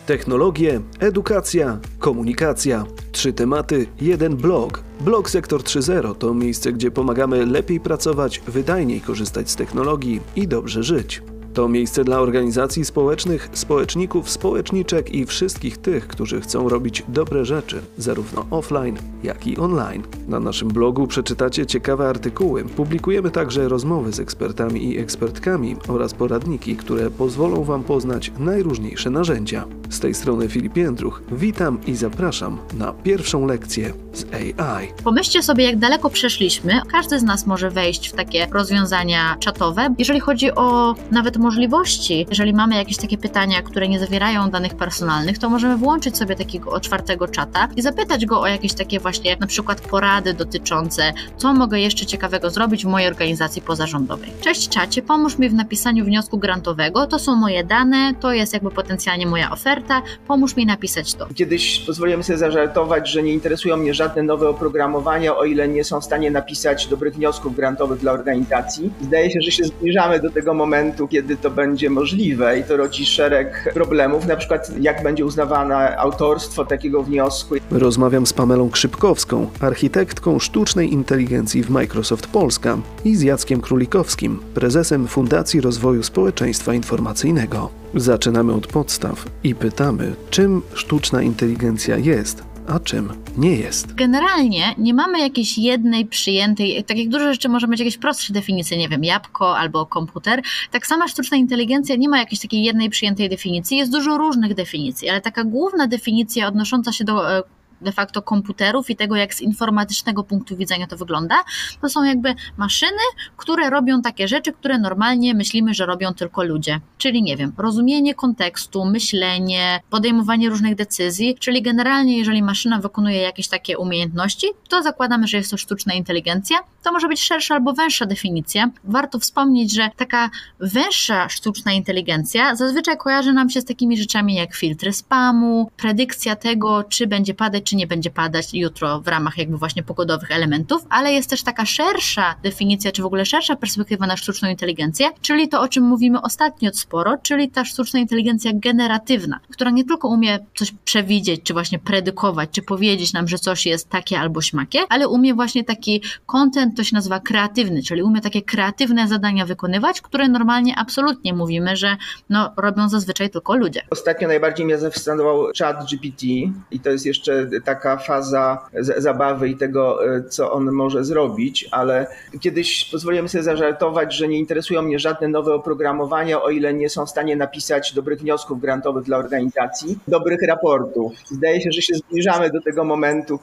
Technologie, edukacja, komunikacja. 3 tematy, 1 blog. Blog Sektor 3.0 to miejsce, gdzie pomagamy lepiej pracować, wydajniej korzystać z technologii i dobrze żyć. To miejsce dla organizacji społecznych, społeczników, społeczniczek i wszystkich tych, którzy chcą robić dobre rzeczy, zarówno offline, jak i online. Na naszym blogu przeczytacie ciekawe artykuły, publikujemy także rozmowy z ekspertami i ekspertkami oraz poradniki, które pozwolą Wam poznać najróżniejsze narzędzia. Z tej strony Filip Jędruch, witam i zapraszam na pierwszą lekcję z AI. Pomyślcie sobie, jak daleko przeszliśmy. Każdy z nas może wejść w takie rozwiązania czatowe. Jeżeli chodzi o nawet możliwości, jeżeli mamy jakieś takie pytania, które nie zawierają danych personalnych, to możemy włączyć sobie takiego otwartego czata i zapytać go o jakieś takie właśnie na przykład porady dotyczące, co mogę jeszcze ciekawego zrobić w mojej organizacji pozarządowej. Cześć czacie, pomóż mi w napisaniu wniosku grantowego, to są moje dane, to jest jakby potencjalnie moja oferta, pomóż mi napisać to. Kiedyś pozwoliłem sobie zażartować, że nie interesują mnie żadne nowe oprogramowania, o ile nie są w stanie napisać dobrych wniosków grantowych dla organizacji. Zdaje się, że się zbliżamy do tego momentu, kiedy to będzie możliwe i to rodzi szereg problemów, na przykład jak będzie uznawane autorstwo takiego wniosku. Rozmawiam z Pamelą Krzypkowską, architektką sztucznej inteligencji w Microsoft Polska i z Jackiem Królikowskim, prezesem Fundacji Rozwoju Społeczeństwa Informacyjnego. Zaczynamy od podstaw i pytamy, czym sztuczna inteligencja jest, a czym nie jest. Generalnie nie mamy jakiejś jednej przyjętej, tak jak dużo rzeczy może mieć jakieś prostsze definicje, nie wiem, jabłko albo komputer, tak sama sztuczna inteligencja nie ma jakiejś takiej jednej przyjętej definicji, jest dużo różnych definicji, ale taka główna definicja odnosząca się do de facto komputerów i tego, jak z informatycznego punktu widzenia to wygląda, to są jakby maszyny, które robią takie rzeczy, które normalnie myślimy, że robią tylko ludzie. Czyli nie wiem, rozumienie kontekstu, myślenie, podejmowanie różnych decyzji, czyli generalnie jeżeli maszyna wykonuje jakieś takie umiejętności, to zakładamy, że jest to sztuczna inteligencja. To może być szersza albo węższa definicja. Warto wspomnieć, że taka węższa sztuczna inteligencja zazwyczaj kojarzy nam się z takimi rzeczami jak filtry spamu, predykcja tego, czy będzie padać, czy nie będzie padać jutro w ramach jakby właśnie pogodowych elementów, ale jest też taka szersza definicja, czy w ogóle szersza perspektywa na sztuczną inteligencję, czyli to, o czym mówimy ostatnio sporo, czyli ta sztuczna inteligencja generatywna, która nie tylko umie coś przewidzieć, czy właśnie predykować, czy powiedzieć nam, że coś jest takie albo śmakie, ale umie właśnie taki content, to się nazywa kreatywny, czyli umie takie kreatywne zadania wykonywać, które normalnie absolutnie mówimy, że robią zazwyczaj tylko ludzie. Ostatnio najbardziej mnie zafascynował ChatGPT i to jest jeszcze taka faza zabawy i tego, co on może zrobić, ale kiedyś pozwoliłem sobie zażartować, że nie interesują mnie żadne nowe oprogramowania, o ile nie są w stanie napisać dobrych wniosków grantowych dla organizacji, dobrych raportów. Zdaje się, że się zbliżamy do tego momentu,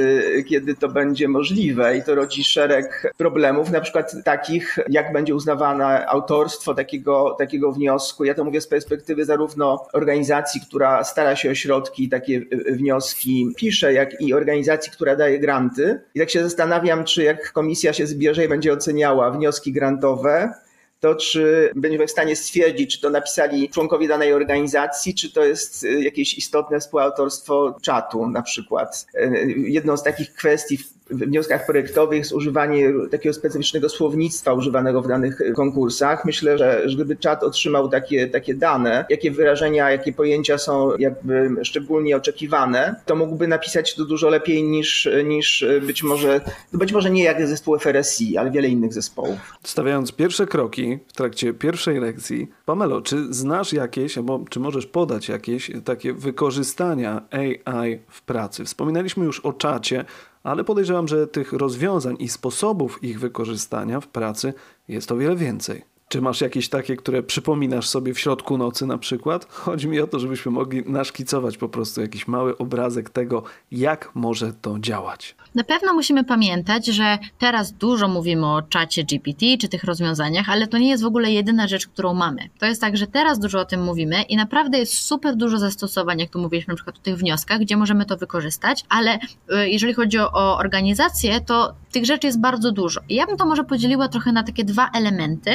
kiedy to będzie możliwe i to rodzi szereg problemów, na przykład takich, jak będzie uznawane autorstwo takiego wniosku. Ja to mówię z perspektywy zarówno organizacji, która stara się o środki i takie wnioski pisze, jak i organizacji, która daje granty. I tak się zastanawiam, czy jak komisja się zbierze i będzie oceniała wnioski grantowe, to czy będziemy w stanie stwierdzić, czy to napisali członkowie danej organizacji, czy to jest jakieś istotne współautorstwo czatu na przykład. Jedną z takich kwestii w wnioskach projektowych jest używanie takiego specyficznego słownictwa używanego w danych konkursach. Myślę, że gdyby czat otrzymał takie dane, jakie wyrażenia, jakie pojęcia są jakby szczególnie oczekiwane, to mógłby napisać to dużo lepiej niż być może nie jak zespół FRSI, ale wiele innych zespołów. Stawiając pierwsze kroki w trakcie pierwszej lekcji, Pamelo, czy znasz jakieś, albo czy możesz podać jakieś takie wykorzystania AI w pracy? Wspominaliśmy już o czacie, ale podejrzewam, że tych rozwiązań i sposobów ich wykorzystania w pracy jest o wiele więcej. Czy masz jakieś takie, które przypominasz sobie w środku nocy na przykład? Chodzi mi o to, żebyśmy mogli naszkicować po prostu jakiś mały obrazek tego, jak może to działać. Na pewno musimy pamiętać, że teraz dużo mówimy o czacie GPT czy tych rozwiązaniach, ale to nie jest w ogóle jedyna rzecz, którą mamy. To jest tak, że teraz dużo o tym mówimy i naprawdę jest super dużo zastosowań, jak tu mówiliśmy na przykład o tych wnioskach, gdzie możemy to wykorzystać, ale jeżeli chodzi o organizację, to tych rzeczy jest bardzo dużo. I ja bym to może podzieliła trochę na takie 2 elementy, jak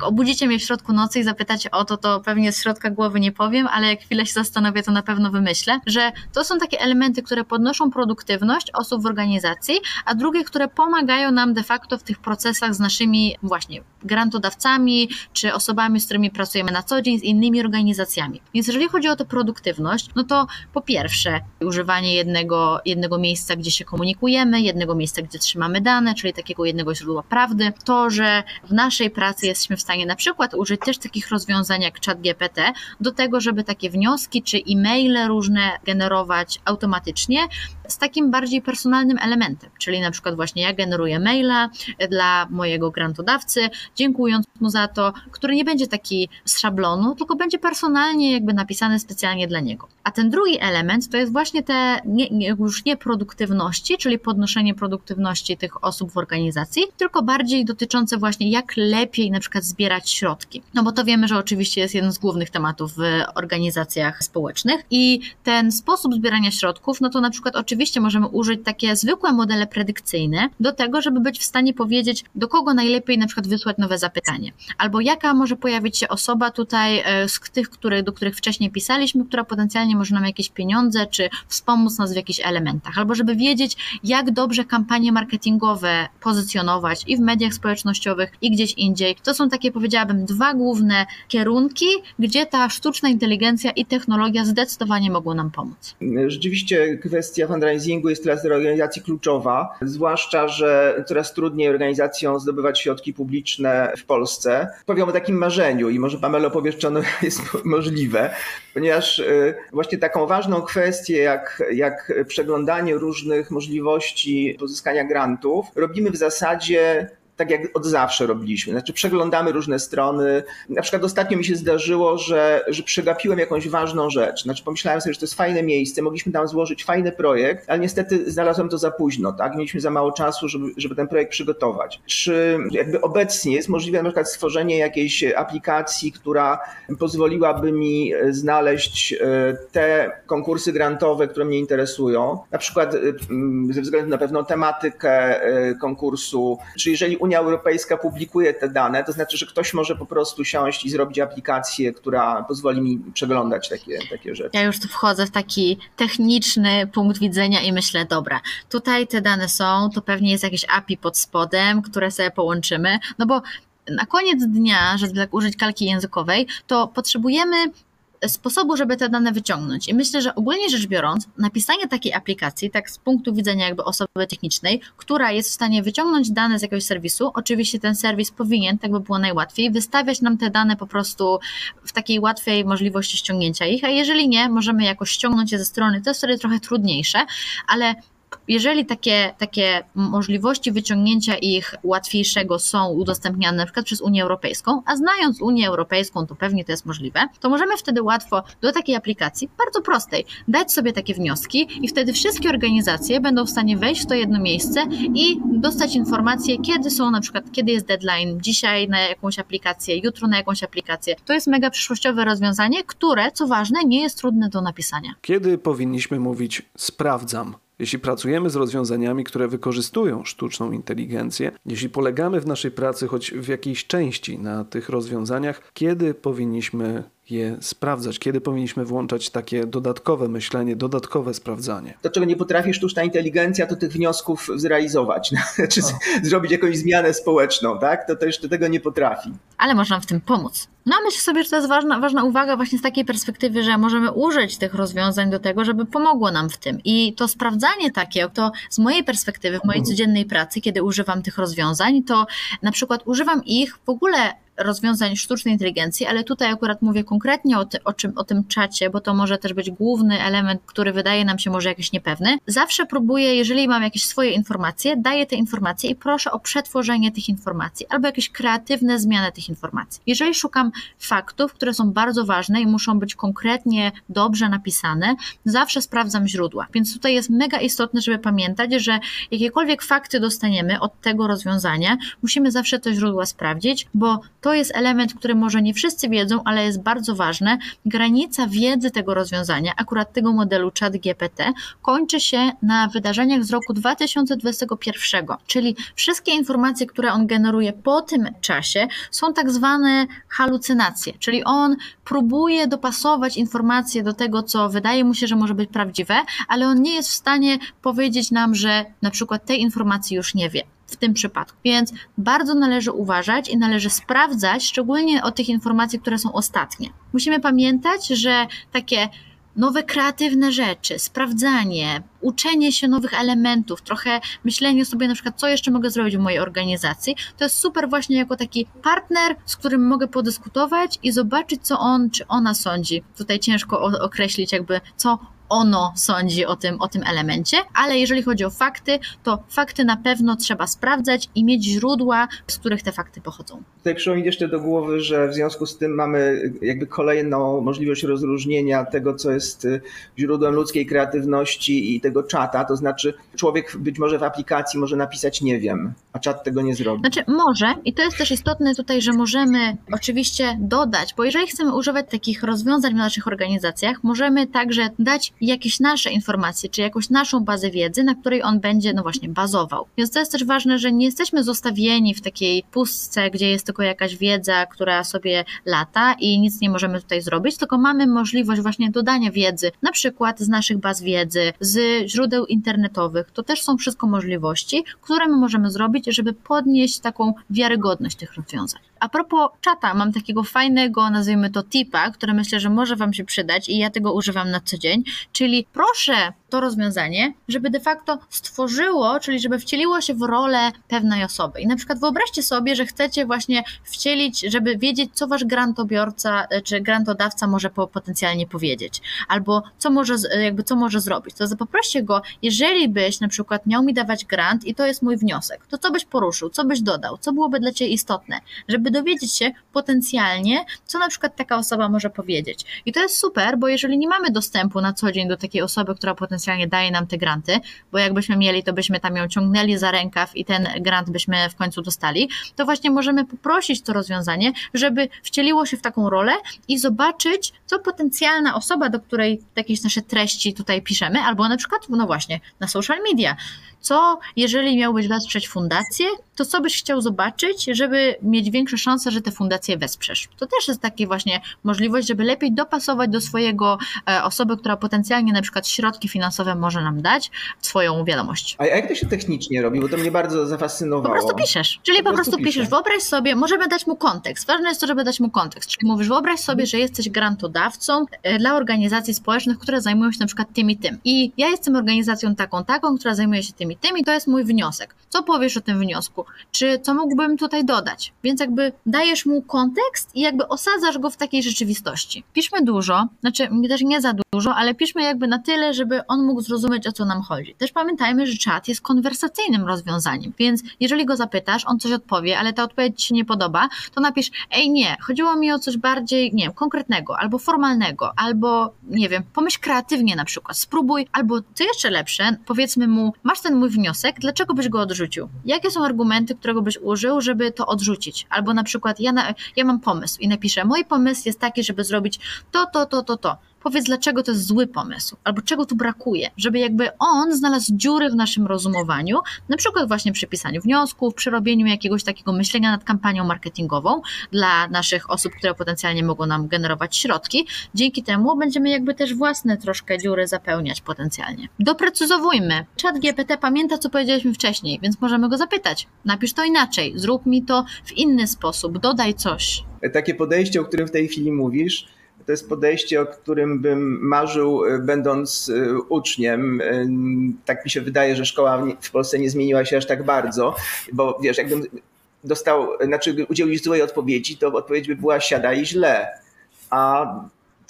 jak obudzicie mnie w środku nocy i zapytacie o to, to pewnie z środka głowy nie powiem, ale jak chwilę się zastanowię, to na pewno wymyślę, że to są takie elementy, które podnoszą produktywność osób w organizacji, a drugie, które pomagają nam de facto w tych procesach z naszymi właśnie grantodawcami, czy osobami, z którymi pracujemy na co dzień, z innymi organizacjami. Więc jeżeli chodzi o tę produktywność, no to po pierwsze używanie jednego miejsca, gdzie się komunikujemy, jednego miejsca, gdzie trzymamy dane, czyli takiego jednego źródła prawdy. To, że w naszej pracy jesteśmy w stanie na przykład użyć też takich rozwiązań jak ChatGPT do tego, żeby takie wnioski czy e-maile różne generować automatycznie z takim bardziej personalnym elementem, czyli na przykład właśnie ja generuję maila dla mojego grantodawcy, dziękując mu za to, który nie będzie taki z szablonu, tylko będzie personalnie jakby napisany specjalnie dla niego. A ten drugi element to jest właśnie te już nie produktywności, czyli podnoszenie produktywności tych osób w organizacji, tylko bardziej dotyczące właśnie jak lepiej na przykład zbierać środki. No bo to wiemy, że oczywiście jest jeden z głównych tematów w organizacjach społecznych i ten sposób zbierania środków, no to na przykład oczywiście możemy użyć takie zwykłe modele predykcyjne do tego, żeby być w stanie powiedzieć, do kogo najlepiej na przykład wysłać nowe zapytanie, albo jaka może pojawić się osoba tutaj z tych, do których wcześniej pisaliśmy, która potencjalnie może nam jakieś pieniądze, czy wspomóc nas w jakichś elementach, albo żeby wiedzieć, jak dobrze kampanie marketingowe pozycjonować i w mediach społecznościowych, i gdzieś indziej. To są takie, powiedziałabym, dwa główne kierunki, gdzie ta sztuczna inteligencja i technologia zdecydowanie mogą nam pomóc. Rzeczywiście kwestia fundraisingu jest teraz dla organizacji kluczowa, zwłaszcza, że coraz trudniej organizacjom zdobywać środki publiczne w Polsce. Powiem o takim marzeniu i może Pamela opowiesz, czy ono jest możliwe, ponieważ właśnie taką ważną kwestię jak przeglądanie różnych możliwości pozyskania grantów robimy w zasadzie tak jak od zawsze robiliśmy. Znaczy przeglądamy różne strony. Na przykład ostatnio mi się zdarzyło, że przegapiłem jakąś ważną rzecz. Znaczy pomyślałem sobie, że to jest fajne miejsce, mogliśmy tam złożyć fajny projekt, ale niestety znalazłem to za późno, tak? Mieliśmy za mało czasu, żeby ten projekt przygotować. Czy jakby obecnie jest możliwe na przykład stworzenie jakiejś aplikacji, która pozwoliłaby mi znaleźć te konkursy grantowe, które mnie interesują, na przykład ze względu na pewną tematykę konkursu, czy jeżeli Unia Europejska publikuje te dane, to znaczy, że ktoś może po prostu siąść i zrobić aplikację, która pozwoli mi przeglądać takie rzeczy. Ja już tu wchodzę w taki techniczny punkt widzenia i myślę, dobra, tutaj te dane są, to pewnie jest jakieś API pod spodem, które sobie połączymy, no bo na koniec dnia, żeby tak użyć kalki językowej, to potrzebujemy sposobu, żeby te dane wyciągnąć. I myślę, że ogólnie rzecz biorąc, napisanie takiej aplikacji, tak z punktu widzenia jakby osoby technicznej, która jest w stanie wyciągnąć dane z jakiegoś serwisu, oczywiście ten serwis powinien, tak by było najłatwiej, wystawiać nam te dane po prostu w takiej łatwej możliwości ściągnięcia ich, a jeżeli nie, możemy jakoś ściągnąć je ze strony, to jest wtedy trochę trudniejsze, ale jeżeli takie możliwości wyciągnięcia ich łatwiejszego są udostępniane na przykład przez Unię Europejską, a znając Unię Europejską, to pewnie to jest możliwe, to możemy wtedy łatwo do takiej aplikacji, bardzo prostej, dać sobie takie wnioski i wtedy wszystkie organizacje będą w stanie wejść w to jedno miejsce i dostać informacje, kiedy są na przykład, kiedy jest deadline, dzisiaj na jakąś aplikację, jutro na jakąś aplikację. To jest mega przyszłościowe rozwiązanie, które, co ważne, nie jest trudne do napisania. Kiedy powinniśmy mówić sprawdzam? Jeśli pracujemy z rozwiązaniami, które wykorzystują sztuczną inteligencję, jeśli polegamy w naszej pracy choć w jakiejś części na tych rozwiązaniach, kiedy powinniśmy je sprawdzać, kiedy powinniśmy włączać takie dodatkowe myślenie, dodatkowe sprawdzanie? To, czego nie potrafi sztuczna inteligencja, to tych wniosków zrealizować, czy zrobić jakąś zmianę społeczną, tak? To jeszcze tego nie potrafi. Ale można w tym pomóc. No myślę sobie, że to jest ważna uwaga właśnie z takiej perspektywy, że możemy użyć tych rozwiązań do tego, żeby pomogło nam w tym. I to sprawdzanie takie, to z mojej perspektywy, w mojej codziennej pracy, kiedy używam tych rozwiązań, to na przykład używam ich w ogóle rozwiązań sztucznej inteligencji, ale tutaj akurat mówię konkretnie o tym czacie, bo to może też być główny element, który wydaje nam się może jakiś niepewny. Zawsze próbuję, jeżeli mam jakieś swoje informacje, daję te informacje i proszę o przetworzenie tych informacji albo jakieś kreatywne zmiany tych informacji. Jeżeli szukam faktów, które są bardzo ważne i muszą być konkretnie dobrze napisane, zawsze sprawdzam źródła. Więc tutaj jest mega istotne, żeby pamiętać, że jakiekolwiek fakty dostaniemy od tego rozwiązania, musimy zawsze te źródła sprawdzić, bo to to jest element, który może nie wszyscy wiedzą, ale jest bardzo ważne. Granica wiedzy tego rozwiązania, akurat tego modelu ChatGPT, kończy się na wydarzeniach z roku 2021, czyli wszystkie informacje, które on generuje po tym czasie, są tak zwane halucynacje, czyli on próbuje dopasować informacje do tego, co wydaje mu się, że może być prawdziwe, ale on nie jest w stanie powiedzieć nam, że na przykład tej informacji już nie wie w tym przypadku. Więc bardzo należy uważać i należy sprawdzać, szczególnie o tych informacji, które są ostatnie. Musimy pamiętać, że takie nowe kreatywne rzeczy, sprawdzanie, uczenie się nowych elementów, trochę myślenie sobie na przykład, co jeszcze mogę zrobić w mojej organizacji, to jest super właśnie jako taki partner, z którym mogę podyskutować i zobaczyć, co on czy ona sądzi. Tutaj ciężko określić jakby, co ono sądzi o tym elemencie, ale jeżeli chodzi o fakty, to fakty na pewno trzeba sprawdzać i mieć źródła, z których te fakty pochodzą. Tutaj przyszło mi jeszcze do głowy, że w związku z tym mamy jakby kolejną możliwość rozróżnienia tego, co jest źródłem ludzkiej kreatywności i tego czata, to znaczy człowiek być może w aplikacji może napisać nie wiem, a czat tego nie zrobi. Znaczy może i to jest też istotne tutaj, że możemy oczywiście dodać, bo jeżeli chcemy używać takich rozwiązań w naszych organizacjach, możemy także dać jakieś nasze informacje, czy jakąś naszą bazę wiedzy, na której on będzie, no właśnie, bazował. Więc to jest też ważne, że nie jesteśmy zostawieni w takiej pustce, gdzie jest tylko jakaś wiedza, która sobie lata i nic nie możemy tutaj zrobić, tylko mamy możliwość właśnie dodania wiedzy, na przykład z naszych baz wiedzy, z źródeł internetowych. To też są wszystko możliwości, które my możemy zrobić, żeby podnieść taką wiarygodność tych rozwiązań. A propos czata, mam takiego fajnego, nazwijmy to tipa, który myślę, że może Wam się przydać i ja tego używam na co dzień, czyli proszę to rozwiązanie, żeby de facto stworzyło, czyli żeby wcieliło się w rolę pewnej osoby. I na przykład wyobraźcie sobie, że chcecie właśnie wcielić, żeby wiedzieć, co Wasz grantobiorca czy grantodawca może potencjalnie powiedzieć, albo co może zrobić. To poproście go, jeżeli byś na przykład miał mi dawać grant i to jest mój wniosek, to co byś poruszył, co byś dodał, co byłoby dla Ciebie istotne, żeby dowiedzieć się potencjalnie, co na przykład taka osoba może powiedzieć. I to jest super, bo jeżeli nie mamy dostępu na co dzień do takiej osoby, która potencjalnie daje nam te granty, bo jakbyśmy mieli, to byśmy tam ją ciągnęli za rękaw i ten grant byśmy w końcu dostali, to właśnie możemy poprosić to rozwiązanie, żeby wcieliło się w taką rolę i zobaczyć, co potencjalna osoba, do której jakieś nasze treści tutaj piszemy, albo na przykład, no właśnie, na social media. Co, jeżeli miałbyś wesprzeć fundację, to co byś chciał zobaczyć, żeby mieć większe szanse, że te fundacje wesprzesz. To też jest taka właśnie możliwość, żeby lepiej dopasować do swojego osoby, która potencjalnie na przykład środki finansowe może nam dać, swoją wiadomość. A jak to się technicznie robi? Bo to mnie bardzo zafascynowało. Po prostu piszesz. Czyli po prostu piszesz. Wyobraź sobie, możemy dać mu kontekst. Ważne jest to, żeby dać mu kontekst. Czyli mówisz, wyobraź sobie, że jesteś grantodawcą dla organizacji społecznych, które zajmują się na przykład tym i tym. I ja jestem organizacją taką, która zajmuje się tym i to jest mój wniosek. Co powiesz o tym wniosku? Czy co mógłbym tutaj dodać? Więc jakby dajesz mu kontekst i jakby osadzasz go w takiej rzeczywistości. Piszmy dużo, znaczy też nie za dużo, ale piszmy jakby na tyle, żeby on mógł zrozumieć, o co nam chodzi. Też pamiętajmy, że czat jest konwersacyjnym rozwiązaniem, więc jeżeli go zapytasz, on coś odpowie, ale ta odpowiedź ci się nie podoba, to napisz, nie, chodziło mi o coś bardziej, nie wiem, konkretnego, albo formalnego, albo, nie wiem, pomyśl kreatywnie na przykład, spróbuj, albo co jeszcze lepsze, powiedzmy mu, masz ten mój wniosek, dlaczego byś go odrzucił? Jakie są argumenty, którego byś użył, żeby to odrzucić? Albo na przykład ja mam pomysł i napiszę, mój pomysł jest taki, żeby zrobić to. Powiedz, dlaczego to jest zły pomysł, albo czego tu brakuje, żeby jakby on znalazł dziury w naszym rozumowaniu, na przykład właśnie przy pisaniu wniosków, przy robieniu jakiegoś takiego myślenia nad kampanią marketingową dla naszych osób, które potencjalnie mogą nam generować środki. Dzięki temu będziemy jakby też własne troszkę dziury zapełniać potencjalnie. Doprecyzowujmy. ChatGPT pamięta, co powiedzieliśmy wcześniej, więc możemy go zapytać. Napisz to inaczej, zrób mi to w inny sposób, dodaj coś. Takie podejście, o którym w tej chwili mówisz, to jest podejście, o którym bym marzył, będąc uczniem. Tak mi się wydaje, że szkoła w Polsce nie zmieniła się aż tak bardzo, bo wiesz, jakbym udzielił złej odpowiedzi, to odpowiedź by była siadaj źle. A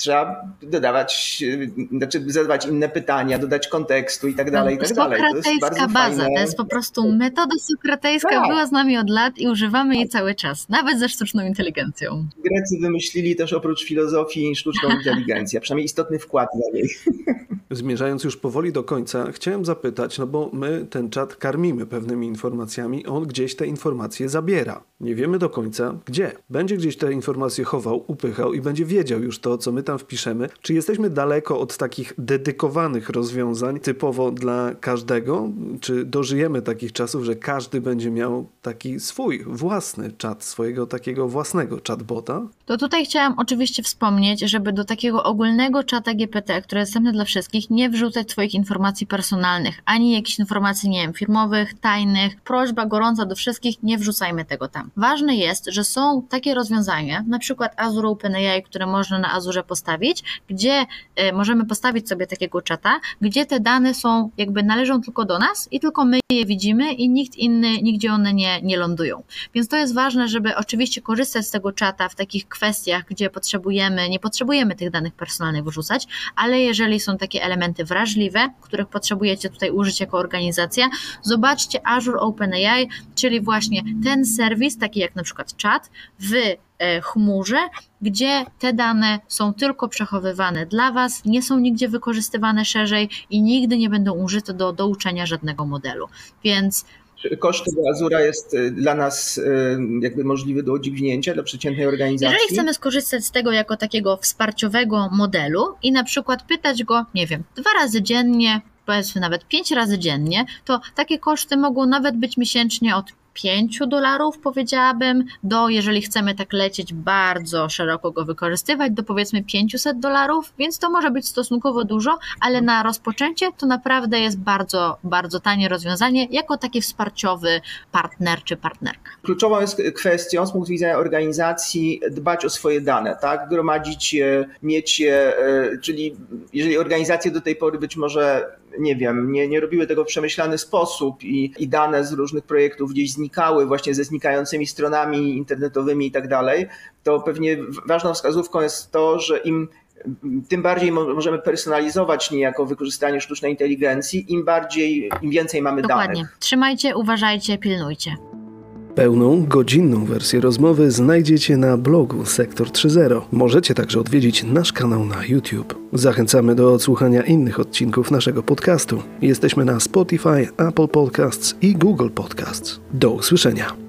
trzeba dodawać, zadawać inne pytania, dodać kontekstu i tak dalej, i tak dalej. To jest sokratejska baza, to jest po prostu metoda sokratejska, Tak. była z nami od lat i używamy jej cały czas, nawet ze sztuczną inteligencją. Grecy wymyślili też oprócz filozofii sztuczną inteligencję, przynajmniej istotny wkład na niej. Zmierzając już powoli do końca, chciałem zapytać, no bo my ten czat karmimy pewnymi informacjami, on gdzieś te informacje zabiera. Nie wiemy do końca gdzie. Będzie gdzieś te informacje chował, upychał i będzie wiedział już to, co my tam wpiszemy. Czy jesteśmy daleko od takich dedykowanych rozwiązań typowo dla każdego? Czy dożyjemy takich czasów, że każdy będzie miał taki swój własny czat, swojego takiego własnego chatbota? To tutaj chciałam oczywiście wspomnieć, żeby do takiego ogólnego czata GPT, który jest dostępny dla wszystkich, nie wrzucać swoich informacji personalnych, ani jakichś informacji, nie wiem, firmowych, tajnych. Prośba gorąca do wszystkich, nie wrzucajmy tego tam. Ważne jest, że są takie rozwiązania, na przykład Azure OpenAI, które można na Azure postawić, gdzie możemy postawić sobie takiego czata, gdzie te dane są, jakby należą tylko do nas i tylko my je widzimy i nikt inny, nigdzie one nie lądują. Więc to jest ważne, żeby oczywiście korzystać z tego czata w takich kwestiach, gdzie nie potrzebujemy tych danych personalnych wrzucać, ale jeżeli są takie elementy wrażliwe, których potrzebujecie tutaj użyć jako organizacja, zobaczcie Azure OpenAI, czyli właśnie ten serwis, taki jak na przykład czat w chmurze, gdzie te dane są tylko przechowywane dla Was, nie są nigdzie wykorzystywane szerzej i nigdy nie będą użyte do uczenia żadnego modelu. Więc Koszt tego Azura jest dla nas jakby możliwy do udźwignięcia, dla przeciętnej organizacji? jeżeli chcemy skorzystać z tego jako takiego wsparciowego modelu i na przykład pytać go, nie wiem, 2 razy dziennie, powiedzmy nawet 5 razy dziennie, to takie koszty mogą nawet być miesięcznie od $5, powiedziałabym, do, jeżeli chcemy tak lecieć bardzo szeroko go wykorzystywać, do powiedzmy $500, więc to może być stosunkowo dużo, ale na rozpoczęcie to naprawdę jest bardzo, bardzo tanie rozwiązanie, jako taki wsparciowy partner czy partnerka. Kluczową jest kwestią z punktu widzenia organizacji dbać o swoje dane, tak? Gromadzić je, mieć je, czyli jeżeli organizacje do tej pory być może nie robiły tego w przemyślany sposób i dane z różnych projektów gdzieś znikały właśnie ze znikającymi stronami internetowymi i tak dalej, to pewnie ważną wskazówką jest to, że tym bardziej możemy personalizować niejako wykorzystanie sztucznej inteligencji, im więcej mamy Dokładnie. danych. Trzymajcie, uważajcie, pilnujcie. Pełną, godzinną wersję rozmowy znajdziecie na blogu Sektor 3.0. Możecie także odwiedzić nasz kanał na YouTube. Zachęcamy do odsłuchania innych odcinków naszego podcastu. Jesteśmy na Spotify, Apple Podcasts i Google Podcasts. Do usłyszenia.